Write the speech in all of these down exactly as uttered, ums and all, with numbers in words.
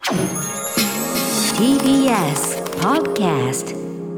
ティービーエス Podcast。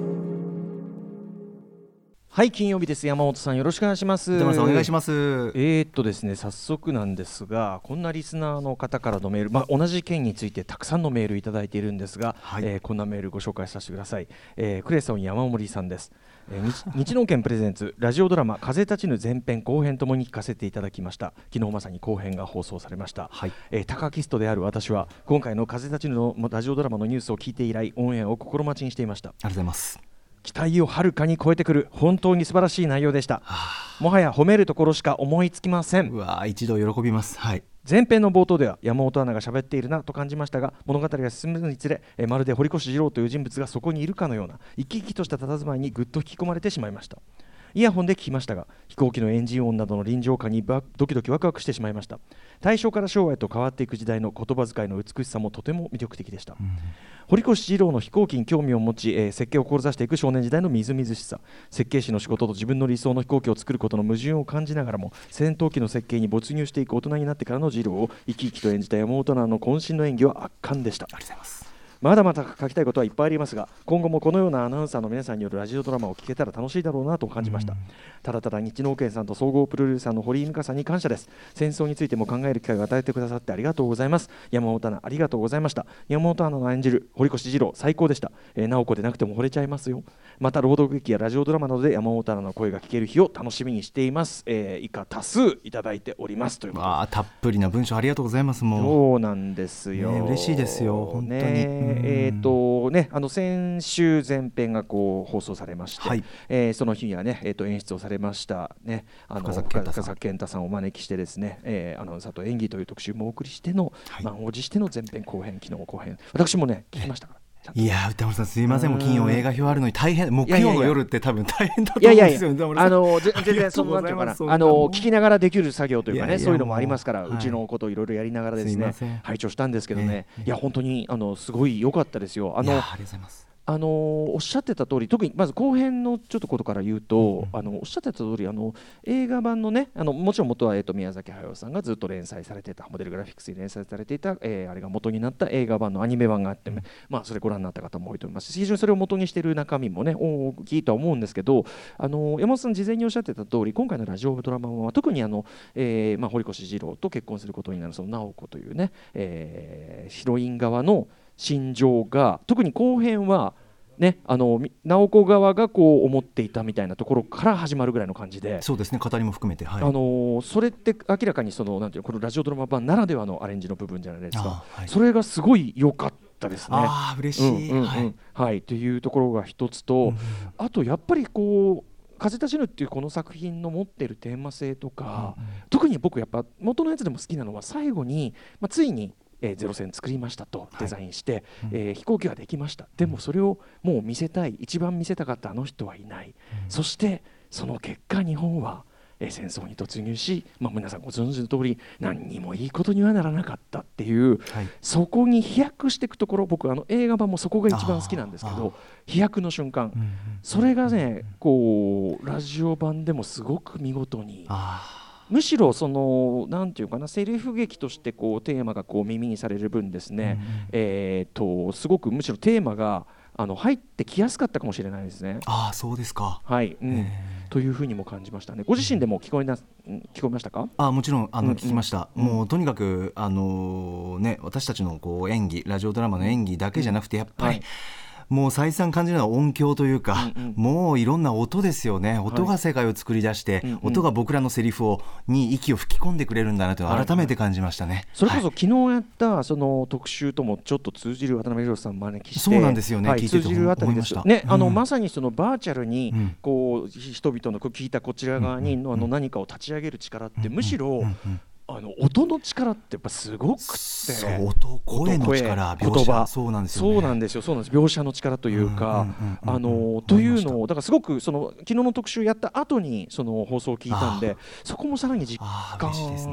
はい、金曜日です。山本さんよろしくお願いします。 山本さんお願いします。 えーっとですね早速なんですが、こんなリスナーの方からのメール、まあ、同じ件についてたくさんのメールいただいているんですが、はい、えー、こんなメールご紹介させてください。えー、クレソン山森さんです。えー、日農研プレゼンツラジオドラマ風立ちぬ前編後編ともに聞かせていただきました。昨日まさに後編が放送されました。はい、えー、タカキストである私は今回の風立ちぬのラジオドラマのニュースを聞いて以来オンエアを心待ちにしていました。ありがとうございます。 期待をはるかに超えてくる本当に素晴らしい内容でした。もはや褒めるところしか思いつきません。 うわ、一度喜びます。はい、 前編の冒頭では山本アナが喋っているなと感じましたが、物語が進むにつれえまるで堀越二郎という人物がそこにいるかのような生き生きとした佇まいにぐっと引き込まれてしまいました。イヤホンで聞きましたが、飛行機のエンジン音などの臨場感にドキドキワクワクしてしまいました。大正から昭和へと変わっていく時代の言葉遣いの美しさもとても魅力的でした。うん、堀越二郎の飛行機に興味を持ち、えー、設計を志していく少年時代のみずみずしさ、設計士の仕事と自分の理想の飛行機を作ることの矛盾を感じながらも戦闘機の設計に没入していく大人になってからの二郎を生き生きと演じた山本アナの渾身の演技は圧巻でした。ありがとうございます。まだまだ書きたいことはいっぱいありますが、今後もこのようなアナウンサーの皆さんによるラジオドラマを聞けたら楽しいだろうなと感じました。ただただ日農研さんと総合プロデューサーの堀井美香さんに感謝です。戦争についても考える機会を与えてくださってありがとうございます。山本アナありがとうございました。山本アナの演じる堀越二郎最高でした。えー、直子でなくても惚れちゃいますよ。また朗読劇やラジオドラマなどで山本アナの声が聞ける日を楽しみにしています。えー、以下多数いただいておりますということ。 あ、たっぷりな文章ありがとうございます。もうそうなんですよ、 ね、嬉しいですよ本当に、ね、 えーとね、あの先週前編がこう放送されまして、はい、えー、その日には、ね、えー、と演出をされました、ね、あの深作健太さんをお招きしてですね、えー、アナウンサーと演技という特集もお送りしての、はい、満を持しての前編後編、昨日後編、私もね聞きましたから。 いや歌丸さんすいません、もう金曜映画表あるのに大変、木曜の夜って多分大変だと思うんですよ。いやいやいや、あの全然そのなんていうかな、あの聞きながらできる作業というかね、いやいやそういうのもありますから、うちのことをいろいろやりながらですね、拝聴したんですけどね、いや本当にあのすごい良かったですよ。あのいやありがとうございます。 あのおっしゃってた通り、特にまず後編のちょっとことから言うと、うん、あのおっしゃってた通り、あの映画版のね、あのもちろん元は、えー、と宮崎駿さんがずっと連載されていたモデルグラフィックスに連載されていた、えー、あれが元になった映画版のアニメ版があって、うん、まあ、それご覧になった方も多いと思いますし、非常にそれを元にしている中身もね大きいとは思うんですけど、あの山本さん事前におっしゃってた通り、今回のラジオドラマは特にあの、えーまあ、堀越二郎と結婚することになるその直子というね、えー、ヒロイン側の心情が特に後編はね、あの直子側がこう思っていたみたいなところから始まるぐらいの感じで、 そうですね、語りも含めて、はい、 あのそれって明らかにそのなんていうこのラジオドラマ版ならではのアレンジの部分じゃないですか、はい、それがすごい良かったですね。 あー嬉しい、うんうんうん、 はいはい、というところが一つと、うんうん、あとやっぱりこう風立ちぬっていうこの作品の持っているテーマ性とか、うんうん、特に僕やっぱ元のやつでも好きなのは最後に、まあ、ついにえー、ゼロ戦作りましたとデザインして、はい、えー、飛行機はできました、でもそれをもう見せたい、一番見せたかったあの人はいない、うん、そしてその結果日本は、えー、戦争に突入し、まあ、皆さんご存知の通り何にもいいことにはならなかったっていう、はい、そこに飛躍していくところ、僕あの映画版もそこが一番好きなんですけど、飛躍の瞬間、うんうん、それがねこうラジオ版でもすごく見事に、むしろそのなんていうかな、セリフ劇としてこうテーマがこう耳にされる分ですね、うんうん、えー、とすごくむしろテーマがあの入ってきやすかったかもしれないですね。 ああそうですか、 はい、うん、というふうにも感じましたね。ご自身でも聞こえな聞こえましたか？ あもちろんあの、うんうん、聞きました、うん、もうとにかくあのーね、私たちのこう演技、ラジオドラマの演技だけじゃなくてやっぱり、はい、もう再三感じるのは音響というか、うんうん、もういろんな音ですよね。音が世界を作り出して、はい、音が僕らのセリフをに息を吹き込んでくれるんだなと改めて感じましたね、はいはい、 それこそ昨日やったその特集ともちょっと通じる渡辺裕さんを招きして、 そうなんですよね、 はい、 聞いてて通じるあたりですね、うん、あのまさにそのバーチャルにこう、うん、人々の聞いたこちら側にの、うん、あの何かを立ち上げる力って、むしろ、うんうんうんあの音の力ってやっぱすごくって、 そう音声の力、 言葉、 そうなんですよね、 そうなんですよ、そうなんです、描写の力というか、あのというのをだからすごくその昨日の特集やった後にその放送を聞いたんで、そこもさらに実感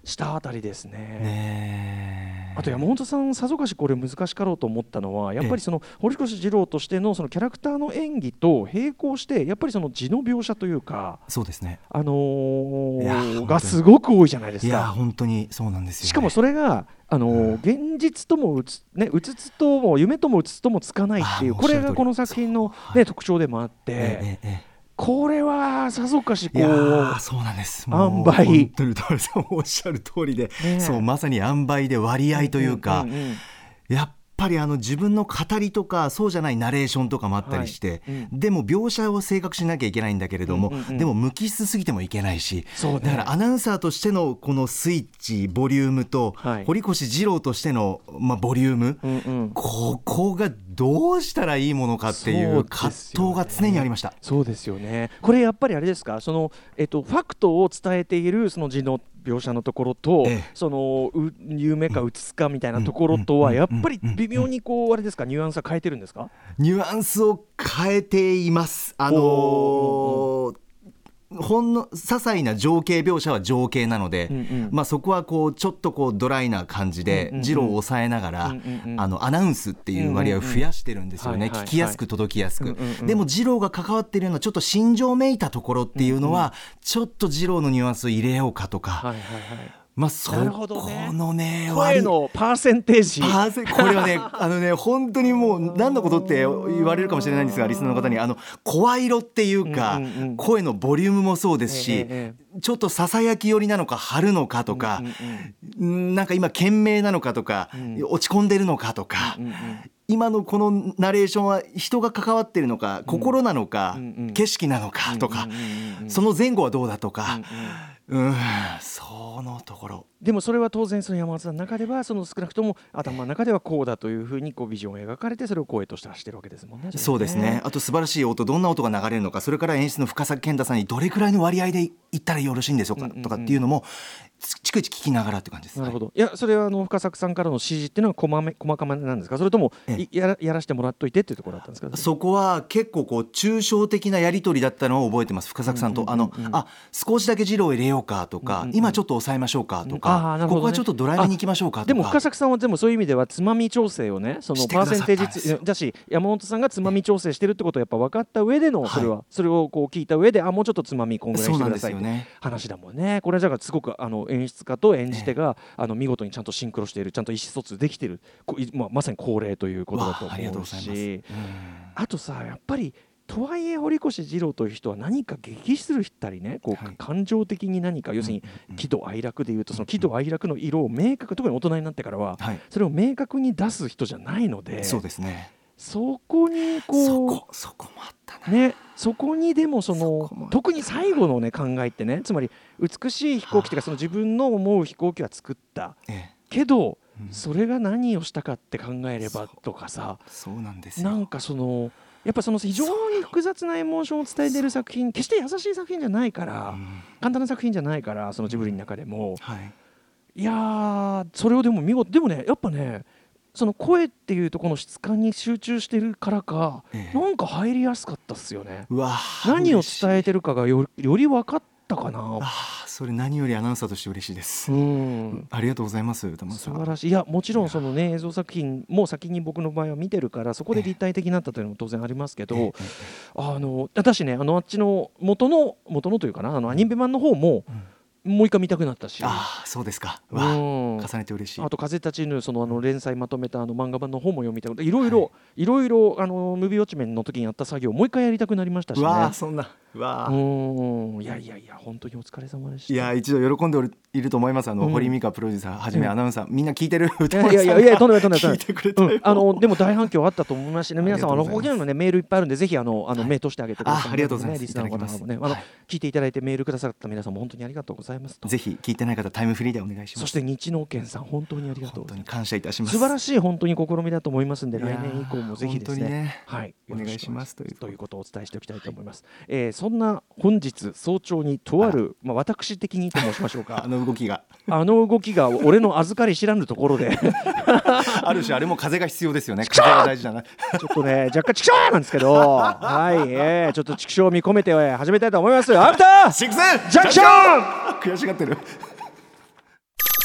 したあたりですね。 ねあと山本さんさぞかしこれ難しかろうと思ったのはやっぱりその堀越二郎としてのそのキャラクターの演技と並行してやっぱりその字の描写というか、 そうですね、 あのー、がすごく多いじゃないですか。 いや本当にそうなんですよ、ね、 しかもそれがあのーうん、現実ともうつ、ね、うつつとも夢ともうつつともつかないっていうこれがこの作品の、ねはい、特徴でもあって、ええええ、これはさぞかしこう、いやそうなんです、 塩梅、 本当におっしゃる通りで、ね、そうまさに塩梅で割合というか、うんうんうんうん、やっぱりあの自分の語りとかそうじゃないナレーションとかもあったりして、はいうん、でも描写を正確しなきゃいけないんだけれども、うんうんうん、でも無機質すぎてもいけないし、ね、だからアナウンサーとしてのこのスイッチボリュームと、はい、堀越二郎としての、まあ、ボリューム、うんうん、ここがどうしたらいいものかっていう葛藤が常にありました。 そうですよね。これやっぱりあれですか、その、えっと、ファクトを伝えているその字の描写のところと、ええ、その夢かうつつかみたいなところとはやっぱり微妙にこうあれですか、ニュアンスは変えてるんですか？ ニュアンスを変えています。あのーほんの些細な情景描写は情景なので、うんうんまあ、そこはこうちょっとこうドライな感じで字を抑えながら、うんうんうん、あのアナウンスっていう割合を増やしてるんですよね、うんうん、聞きやすく届きやすく、うんうんうん、でも二郎が関わっているようなちょっと心情めいたところっていうのは、うんうん、ちょっと二郎のニュアンスを入れようかとか、はいはいはいまあ、そこのね声のパーセンテージパーセンこれはねあのね本当にもう何のことって言われるかもしれないんですがリスナーの方にあの声色っていうか、うんうんうん、声のボリュームもそうですし、えええ、ちょっとささやき寄りなのか張るのかとか、うんうんうん、なんか今懸命なのかとか、うん、落ち込んでるのかとか、うんうんうん、今のこのナレーションは人が関わってるのか、うん、心なのか、うんうん、景色なのかとか、うんうんうんうん、その前後はどうだとか、うんうんうん、そのところでもそれは当然その山本さんの中ではその少なくとも頭の中ではこうだというふうにこうビジョンを描かれてそれを声として発してるわけですもんね。 そうですね。あと素晴らしい音どんな音が流れるのか、それから演出の深作健太さんにどれくらいの割合でいったらよろしいんでしょうか、うんうんうん、とかっていうのも逐一聞きながらって感じです。 なるほど。いやそれはあの深作さんからの指示っていうのは細め細かめなんですか、それともや ら, やらしてもらっといてっていうところだったんですか。 そこは結構こう抽象的なやり取りだったのを覚えてます。深作さんと、うんうんうんうん、あのあ少しだけ二郎を入れようかとか、うんうんうん、今ちょっと抑えましょうかとか、うんね、ここはちょっとドライめに行きましょうかとか。 でも深作さんはでもそういう意味ではつまみ調整をね、そのパーセンテージだし山本さんがつまみ調整してるってことをやっぱ分かった上でのそれは、はい、それをこう聞いた上であもうちょっとつまみこんぐらいしてくださいって話だもんね。これはだからすごくあの演出家と演じ手が、えー、あの見事にちゃんとシンクロしている、ちゃんと意思疎通できている、まあ、まさに恒例ということだと思うし、あとさやっぱりとはいえ堀越二郎という人は何か激するったりねこう、はい、感情的に何か要するに喜怒哀楽でいうとその喜怒哀楽の色を明確、特に大人になってからは、はい、それを明確に出す人じゃないので、 そうですね、 そこにこうそこ、そこもあったな、 ね、そこにでもその特に最後の、ね、考えってね、つまり美しい飛行機というかその自分の思う飛行機は作った、ええ、けど、うん、それが何をしたかって考えればとかさ、 そうなんですよ。 なんかそのやっぱその非常に複雑なエモーションを伝えている作品、決して優しい作品じゃないから、うん、簡単な作品じゃないから、そのジブリの中でも、うんはい、いやーそれをでも見事でもねやっぱねその声っていうところの質感に集中してるからか、ええ、なんか入りやすかったっすよね。 うわ何を伝えてるかが よ, より分かったかな。 あそれ何よりアナウンサーとして嬉しいです。うんありがとうございます。歌丸さん素晴らしい。いやもちろんその、ね、映像作品も先に僕の場合は見てるからそこで立体的になったというのも当然ありますけど、ええええ、あの私ねあのあっちの元の元のというかなあのアニメ版の方も、うんもう一回見たくなったし、 あそうですか、わ重ねて嬉しい。 あと風立ちぬそのあの連載まとめたあの漫画版の本も読みたい、いろいろ、はい、いろいろあのムービーウォッチメンの時にやった作業をもう一回やりたくなりましたしね。 わそんなわうんいやいやいや本当にお疲れ様でした。 いや一度喜んでいると思います。あの、うん、堀美香プロデューサーはじめアナウンサー、うん、みんな聞いてるいやいやいやいやとんでもないとんでもない聞いてくれたよ、うん、あのでも大反響あったと思いますしね。皆さんあのここにもねメールいっぱいあるんでぜひあのあの、はい、目通してあげてください、ね、 あ, ありがとうございます。 リスナーの方もねあの、はい、聞いていただいてメールくださった皆さんも本当にありがとうございますと。 ぜひ聞いてない方タイムフリーでお願いします。 そして日農研さん本当にありがとう。 本当に感謝いたします。 素晴らしい本当に試みだと思いますんで来年以降もぜひです ね, ね、 はい、 お願いしますというということをお伝えしておきたいと思います、はいえー、そんな本日早朝にとあるあ、まあ、私的にと申しましょうかあの動きがあの動きが俺の預かり知らぬところである種あれも風が必要ですよね。風が大事だなちょっとね若干チクショーなんですけどはい、えー、ちょっとチクショーを見込めて始めたいと思います。アフターシックスジャンクション悔しがってる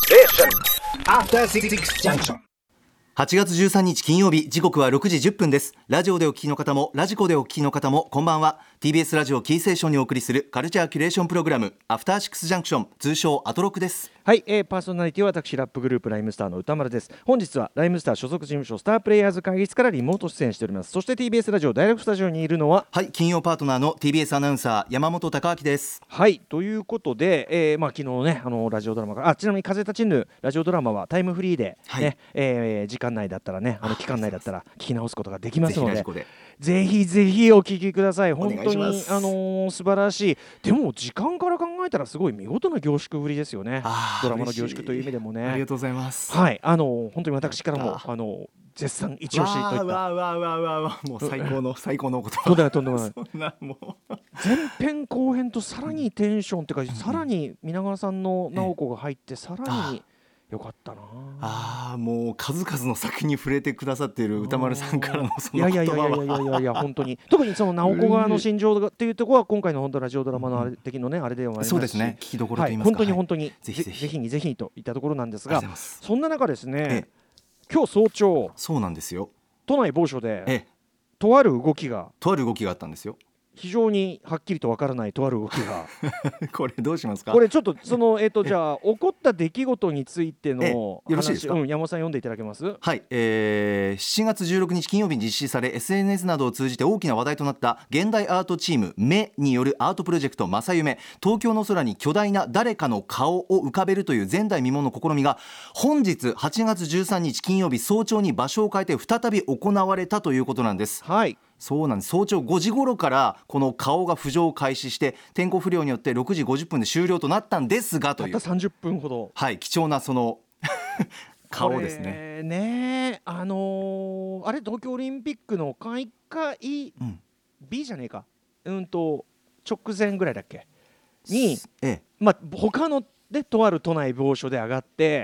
After Six Junction。 はちがつじゅうさんにち金曜日、時刻はろくじじゅっぷんです。ラジオでお聞きの方もラジコでお聞きの方もこんばんは。 ティービーエス ラジオキーステーションにお送りするカルチャーキュレーションプログラム、アフターシックスジャンクション、通称アトロックです。 はい、えー、パーソナリティは私ラップグループライムスターの歌丸です。本日はライムスター所属事務所スタープレイヤーズ会議室からリモート出演しております。そして ティービーエス ラジオダイレクトスタジオにいるのは、 はい、金曜パートナーの ティービーエス アナウンサー山本貴明です。 はい、ということで、えーまあ、昨日ねあのラジオドラマから、あちなみに風立ちぬラジオドラマはタイムフリーで、ね、はい、えー、時間内だったらね、あの期間内だったら聞き直すことができますので、ぜひぜひぜひお聞きください。本当にあのー、素晴らしい。でも時間から考えたらすごい見事な凝縮ぶりですよね。ドラマの凝縮という意味でもね。 ありがとうございます。 はい、あのー、本当に私からもあのー、絶賛一押しといった。 わーわーわーわーわー、もう最高の最高のお言葉。 とんでもないとんでもない。 そんなもう前編後編とさらにテンションっていうか、さらに皆川さんの直子が入ってさらによかったなあ。あ、もう数々の作品に触れてくださっている歌丸さんからのその言葉は、 いやいやいやいやいやいや本当に特にその直子側の心情っていうところは今回の本当ラジオドラマのあれ的のね、あれではありますし、 そうですね、聞きどころと言いますか、 はい、本当に本当に、はい、ぜひぜひにぜひといったところなんですが、そんな中ですね、ええ、今日早朝、 そうなんですよ、 都内某所で、 ええ、 とある動きがとある動きがあったんですよ。 非常にはっきりとわからないとある動きがこれどうしますか。 これちょっとその、えー、とじゃあ起こった出来事についての話、 よろしいですか。 うん、山本さん読んでいただけます。 はい、えー、しちがつじゅうろくにち金曜日に実施され エスエヌエス などを通じて大きな話題となった現代アートチーム目によるアートプロジェクト正夢、東京の空に巨大な誰かの顔を浮かべるという前代未聞の試みが本日はちがつじゅうさんにち金曜日早朝に場所を変えて再び行われたということなんです。 はい、 そうなんです。早朝ごじ頃からこの顔が浮上を開始して、天候不良によってろくじごじゅっぷんで終了となったんですが、というたったさんじゅっぷんほど、 はい、貴重なその顔ですね。 ね、あのー、あれ東京オリンピックの開会、うん、B じゃねえか、うんと直前ぐらいだっけに、 ええ、 まあ他のでとある都内某所で上がって、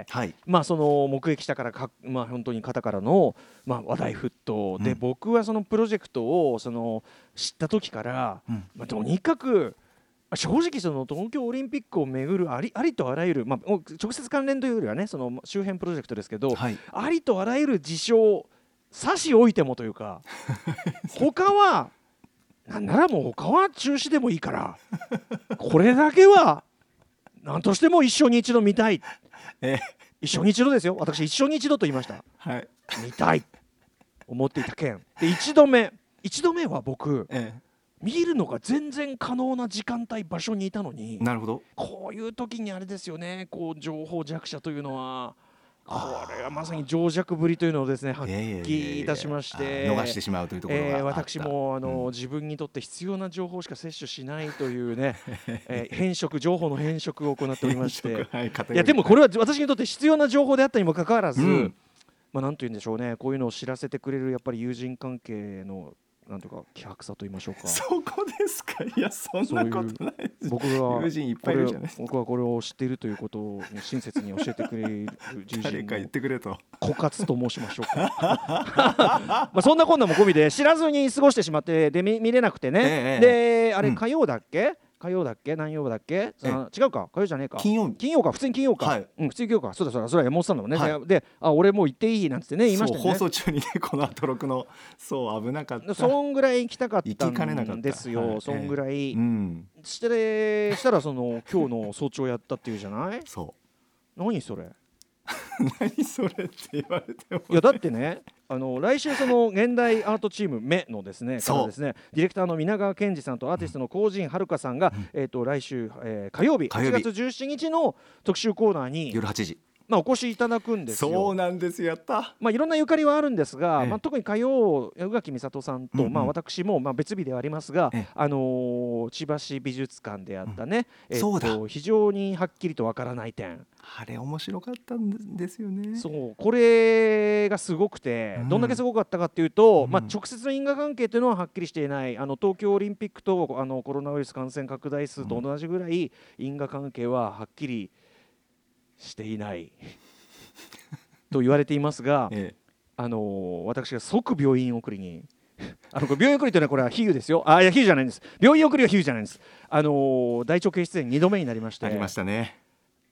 はい、 まあ、その目撃したからか、まあ、本当に方からの、まあ、話題沸騰で、うん、僕はそのプロジェクトをその知った時から、うん、まあ、とにかく正直その東京オリンピックをめぐるあり、ありとあらゆる、まあ、直接関連というよりはねその周辺プロジェクトですけど、はい、ありとあらゆる事象差し置いてもというか他はなんならもう他は中止でもいいからこれだけは何としても一生に一度見たい、え一生に一度ですよ、私一生に一度と言いました、はい、見たい思っていた件で、一度目一度目は僕、ええ、見るのが全然可能な時間帯場所にいたのに、 なるほど、 こういう時にあれですよね、こう情報弱者というのはこれはまさに情弱ぶりというのをですね発揮いたしまして、 逃してしまうというところがあった、えー、 私もあの、うん、自分にとって必要な情報しか摂取しないというね、えー、変色情報の変色を行っておりまして、はい、いやでもこれは私にとって必要な情報であったにもかかわらず、うん、まあなんというんでしょうね、こういうのを知らせてくれるやっぱり友人関係のなんとか希薄さと言いましょうか。 そこですか。いやそんなことないです。 僕が友人いっぱいいるじゃないですか。 僕はこれを知っているということを親切に教えてくれる友人誰か言ってくれと枯渇と申しましょうかまあそんなこんなも込みで知らずに過ごしてしまってで 見, 見れなくてね、ええ、であれ火曜だっけ、うん、火曜だっけ何曜だっけ、その違うか火曜じゃねえか金曜金曜か普通に金曜か、はい、うん、普通に金曜か、そうだそうだそれは山本さんだもんね、はい、であ俺もう行っていいなんつってね言いましたよね、 放送中にねこのアトロクのそう危なかった、 そんぐらい行きたかったんですよ、はい、そんぐらい、えーうん、してしたらその今日の早朝やったっていうじゃないそう何それ何それって言われても、 いやだってねあの来週その現代アートチーム目のですねからですねディレクターの皆川健二さんとアーティストの高陣遥さんが、うん、えー、と来週、えー、火曜日はちがつじゅうしちにちの特集コーナーに夜はちじまあ、お越しいただくんですよ。 そうなんです、やった、 まあ、いろんなゆかりはあるんですが、ええまあ、特に火曜宇垣美里さんと、うんうんまあ、私もまあ別日ではありますが、ええあのー、千葉市美術館であったね、うんえー、っと非常にはっきりとわからない点、 あれ面白かったんですよね。 そうこれがすごくて、うん、どんだけすごかったかっていうと、うんまあ、直接の因果関係というのははっきりしていない、あの東京オリンピックとあのコロナウイルス感染拡大数と同じぐらい因果関係ははっきりしていないと言われていますが、ええ、あのー、私が即病院送りにあのこれ病院送りというのはこれは比喩ですよ。あいや比喩じゃないんです。病院送りは比喩じゃないんです。あのー、大腸憩室炎にどめになりまして、 ありましたね。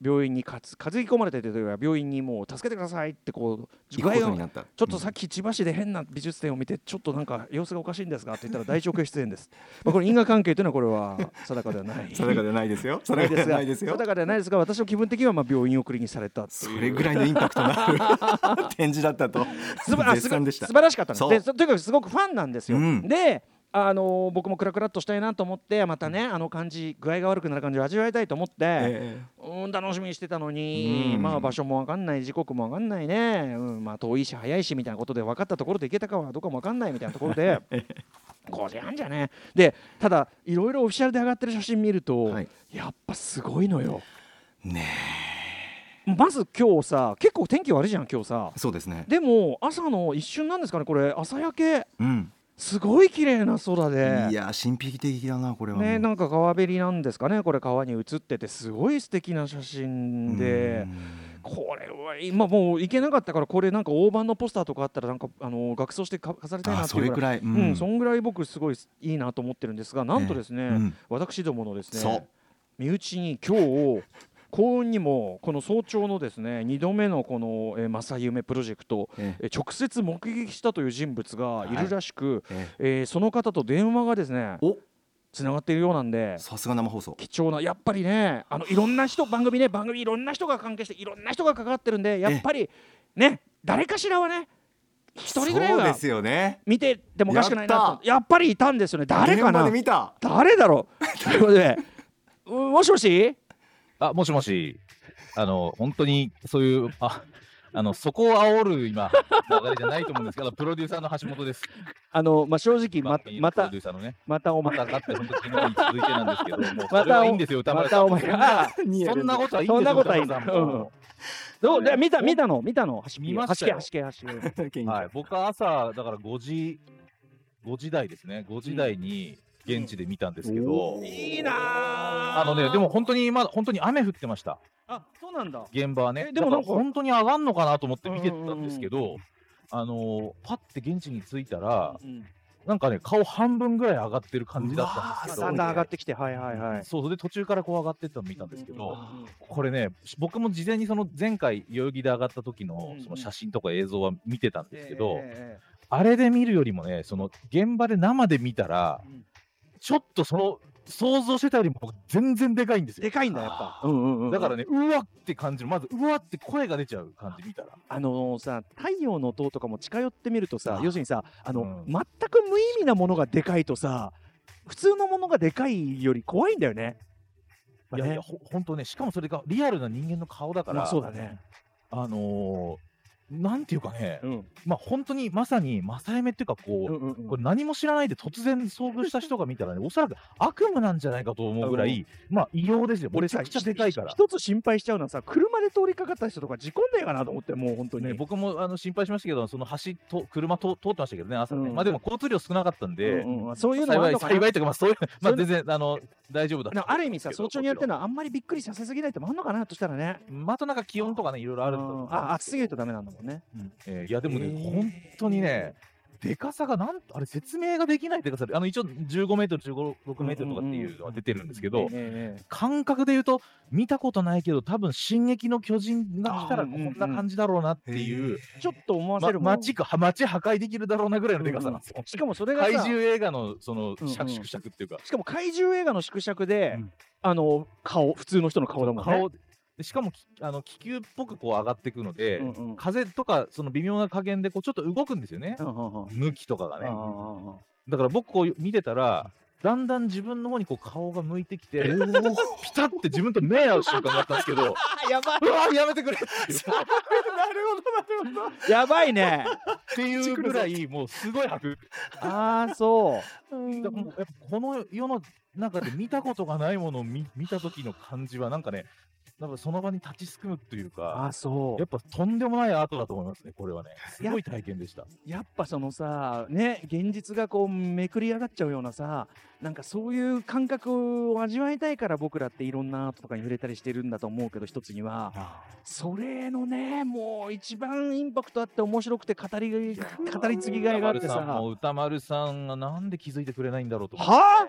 病院にかつ担ぎ込まれてというか病院にもう助けてくださいってこう行くことになった。 ちょっとさっき千葉市で変な美術展を見てちょっとなんか様子がおかしいんですがって言ったら大腸系出演ですまあこれ因果関係というのはこれは定かではない定かではないですよ定かではないですよ定かではないですが私の気分的にはまあ病院送りにされたそれぐらいのインパクトのある展示だったと絶賛でした。 素晴らしかったんですでとにかくすごくファンなんですよ、うん、であのー、僕もクラクラっとしたいなと思ってまたねあの感じ具合が悪くなる感じを味わいたいと思って、えー、うん楽しみにしてたのに、まあ場所も分かんない時刻も分かんないね、うん、まあ遠いし早いしみたいなことで分かったところで行けたかはどうかも分かんないみたいなところでごじはんじゃねでただいろいろオフィシャルで上がってる写真見ると、はい、やっぱすごいのよねえまず今日さ結構天気悪いじゃん今日さ。 そうですね。 でも朝の一瞬なんですかねこれ朝焼け、うんすごい綺麗な空でいや神秘的だなこれはねなんか川べりなんですかねこれ川に映っててすごい素敵な写真でこれは今もう行けなかったからこれなんか大判のポスターとかあったらなんかあの額装して飾りたいなっていうぐらいそれくらい、うん、そんぐらい僕すごいいいなと思ってるんですがなんとですね、えーうん、私どものですね身内に今日幸運にもこの早朝のですねにどめのこのえ正夢プロジェクトえ直接目撃したという人物がいるらしく、はいえー、その方と電話がですねつながっているようなんでさすが生放送貴重なやっぱりねあのいろんな人番組ね番組いろんな人が関係していろんな人が関わってるんでやっぱりね誰かしらはね一人ぐらいは見ててもおかしくないなと や, やっぱりいたんですよね誰かな現場で見た誰だろうということでもしもしあ、もしもし、あの本当にそういうああのそこを煽る今流れじゃないと思うんですけど、プロデューサーの橋本です。 あのまあ正直ままたプロデューサーのね、 またお前また勝って本当昨日に続いてなんですけど、もうそれはいいんですよ歌丸さん。 またお前がそんなことはいいんですよ。 そんなことはいいんだ。どうで見た見たの見たの見ましたよ。 橋家橋家橋家。 はい、僕は朝だからごじごじ台ですね。ごじ台に。現地で見たんですけど、 うん、いいなあのねでも本当にまだ本当に雨降ってました。 あ、そうなんだ。 現場はね。でもなんか本当に上がんのかなと思って見てたんですけど、あのパッて現地に着いたら、うん、なんかね顔半分ぐらい上がってる感じだったんですけど、 だんだん上がってきて、はいはいはい。 そうで途中からこう上がってったの見たんですけど、これね僕も事前にその前回代々木で上がった時のその写真とか映像は見てたんですけど、あれで見るよりもねその現場で生で見たら。うんちょっとその想像してたよりも全然でかいんですよ。 でかいんだやっぱ、 うんうんうんうん、だからねうわって感じるまずうわって声が出ちゃう感じ見たらあのー、さ太陽の塔とかも近寄ってみるとさ要するにさあの、うん、全く無意味なものがでかいとさ普通のものがでかいより怖いんだよね。 いやいやほほんとねしかもそれがリアルな人間の顔だから、まあ、 そうだねあのーなんていうかね、うん、まあ本当にまさに正夢っていうかこう、うんうんうん、これ何も知らないで突然遭遇した人が見たらねおそらく悪夢なんじゃないかと思うぐらい、うん、まあ異様ですよ。 俺さめちゃくちゃでかいから一つ心配しちゃうのはさ車で通りかかった人とか事故んねえかなと思ってもう本当に、ね、 僕もあの心配しましたけどその橋と車と通ってましたけどね朝ね、うん、まあでも交通量少なかったんで、うんうん、 そういうのもあるのかな幸いというかまあそういうまあ全然あの大丈夫だったある意味さ早朝にやってるのはあんまりびっくりさせすぎないってもあるのかなとしたらねまたなんか気温とかねいろいろあるんだと思う。 あ暑すぎるとダメなんだもんね、 うんえーいやでもね、えー、本当にねでかさがなんあれ説明ができないでかさであの一応じゅうごメートルじゅうご、ろくメートルとかっていうのは出てるんですけど、感覚で言うと見たことないけど多分進撃の巨人が来たらこんな感じだろうなっていう、 ちょっと思わせるもん、 ま、街か街破壊できるだろうなぐらいのでかさなんですよ、 うんうん、しかもそれがさ怪獣映画のその縮尺っていうか、 しかも怪獣映画の縮尺で、うん、あの顔普通の人の顔だもんね。顔でしかもあの気球っぽくこう上がっていくので、うんうん、風とかその微妙な加減でこうちょっと動くんですよね、うんうんうん、向きとかがね、うんうんうん、だから僕こう見てたらだんだん自分の方にこう顔が向いてきてピタッて自分と目合う瞬間があったんですけどやばい、 うわやめてくれってなるほどなるほどやばいねっていうぐらいもうすごい迫力ああそう、 うん、だからもうやっぱこの世の中で見たことがないものを 見, 見た時の感じはなんかねなんかその場に立ちすくむというか、 あそうやっぱとんでもないアートだと思いますね。これはねすごい体験でした。 や, やっぱそのさね現実がこうめくり上がっちゃうようなさなんかそういう感覚を味わいたいから僕らっていろんなアートとかに触れたりしてるんだと思うけど一つにはそれのねもう一番インパクトあって面白くて語り語り継ぎがいがあってさ歌丸さんも歌丸さんがなんで気づいてくれないんだろうとはあ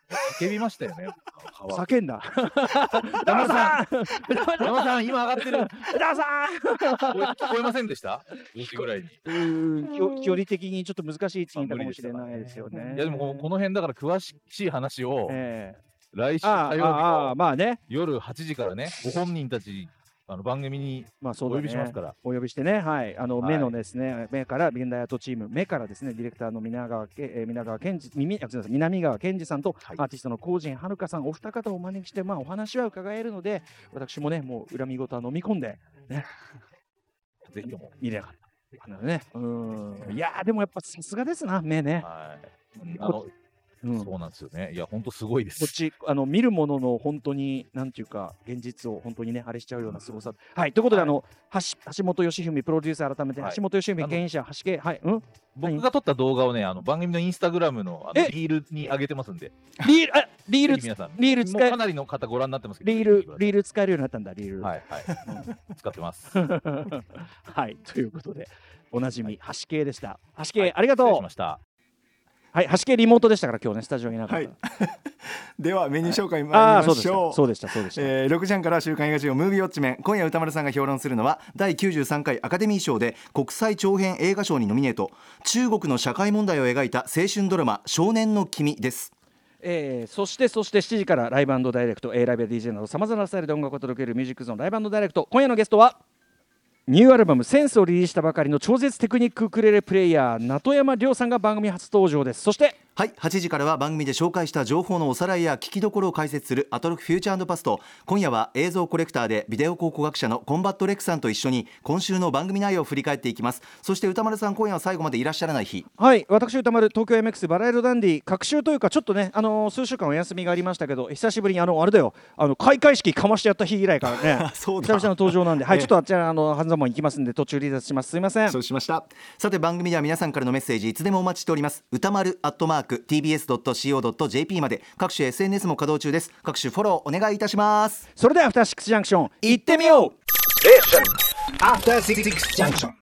叫びましたよね。 叫んだ。 歌丸さん歌丸さん今上がってる。 歌丸さん聞こえませんでした？ごじぐらいに。 うーん、距離的にちょっと難しい位置にいたかもしれないですよね。 いやでもこの辺だから詳しい話を、 えー来週火曜日のまあね、 夜はちじからね、ご本人たちあの番組にお呼びしますから、 お呼びしてね、はい、あの、 はい、 目のですね、目から現代アートチーム、目からですね、ディレクターの皆川け、えー、皆川健二、耳、あ、すみません、南川健二さんと、はい、アーティストの高陣遥さん、お二方をお招きして、まあお話は伺えるので、私もね、もう恨み事は飲み込んでね、 ぜひとも見れなかった。あのね、うん、いやーでもやっぱさすがですな、目ね。 はい。あのうん、そうなんですよね。いや本当すごいです。 こっちあの見るものの本当になんていうか現実を本当にねあれしちゃうようなすごさ。はいということで、はい、あの橋橋本義文プロデューサー改めて、はい、橋本義文牽引者橋系はいうん。 僕が撮った動画をねあの番組のインスタグラムのあのリールに上げてますんで。 リールあリール皆さんリール使えかなりの方ご覧になってますけど。 リールリール使えるようになったんだリール。 はいはい。使ってます。 はいということでおなじみ橋系でした。橋系、はい、ありがとう。 失礼しました。 はい、橋系リモートでしたから今日ねスタジオにいなかった、はい、 ではメニュー紹介参りましょう。 そうでしたそうでした、 えー、ろくじはんから週刊映画授業ムービーウォッチメン、今夜歌丸さんが評論するのはだいきゅうじゅうさんかいアカデミー賞で国際長編映画賞にノミネート、中国の社会問題を描いた青春ドラマ少年の君です。 えー、そしてそしてしちじからライブ&ダイレクト、えー、ライブや ディージェー などさまざまなスタイルで音楽を届けるミュージックゾーンライブ&ダイレクト、今夜のゲストはニューアルバムセンスをリリースしたばかりの超絶テクニックウクレレプレイヤー名戸山亮さんが番組初登場です。そしてはい、はちじからは番組で紹介した情報のおさらいや聞きどころを解説するアトロックフューチャー&パスト。今夜は映像コレクターでビデオ考古学者のコンバットレックさんと一緒に今週の番組内容を振り返っていきます。そして歌丸さん今夜は最後までいらっしゃらない日。 はい、私歌丸東京 エムエックス バラエロダンディ隔週というかちょっとね、あのー、数週間お休みがありましたけど久しぶりにあのあれだよあの開会式かましてやった日以来からねそうだ久々の登場なんで、はい、ちょっとあちらあの半沢門行きますんで途中離脱します。すいません。 そうしました。さて番組では皆さんからのメッセージいつでもお待ちしております。歌丸アットマーク ティービーエスドットシーオードットジェーピー まで各種 エスエヌエス も稼働中です。各種フォローお願いいたします。 それではアフターシックスジャンクション行ってみよう。 アフターシックスジャンクション